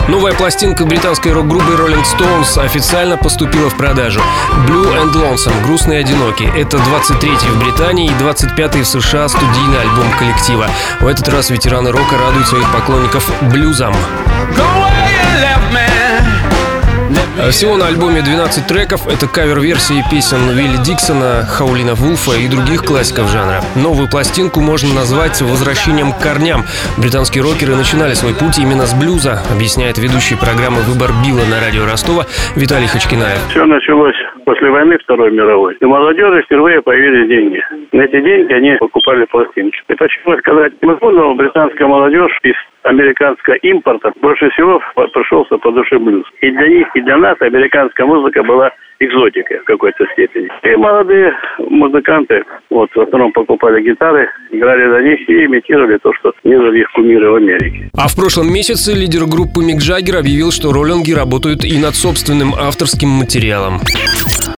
Новая пластинка британской рок-группы Rolling Stones официально поступила в продажу. Blue and Lonesome, грустный и одинокий. Это 23-й в Британии и 25-й в США студийный альбом коллектива. В этот раз ветераны рока радуют своих поклонников блюзом. Всего на альбоме 12 треков. Это кавер-версии песен Вилли Диксона, Хаулина Вулфа и других классиков жанра. Новую пластинку можно назвать возвращением к корням. Британские рокеры начинали свой путь именно с блюза, объясняет ведущий программы «Выбор Билла» на радио Ростова Виталий Хачкинаев. Все началось после войны Второй мировой. И у молодежи впервые появились деньги. На эти деньги они покупали пластинки. И почему сказать, британская молодежь из американского импорта больше всего пришелся по душе блюз. И для них, и для нас американская музыка была экзотикой в какой-то степени. И молодые музыканты в основном покупали гитары, играли на них и имитировали то, что делали их кумиры в Америке. А в прошлом месяце лидер группы Мик Джаггер объявил, что роллинги работают и над собственным авторским материалом.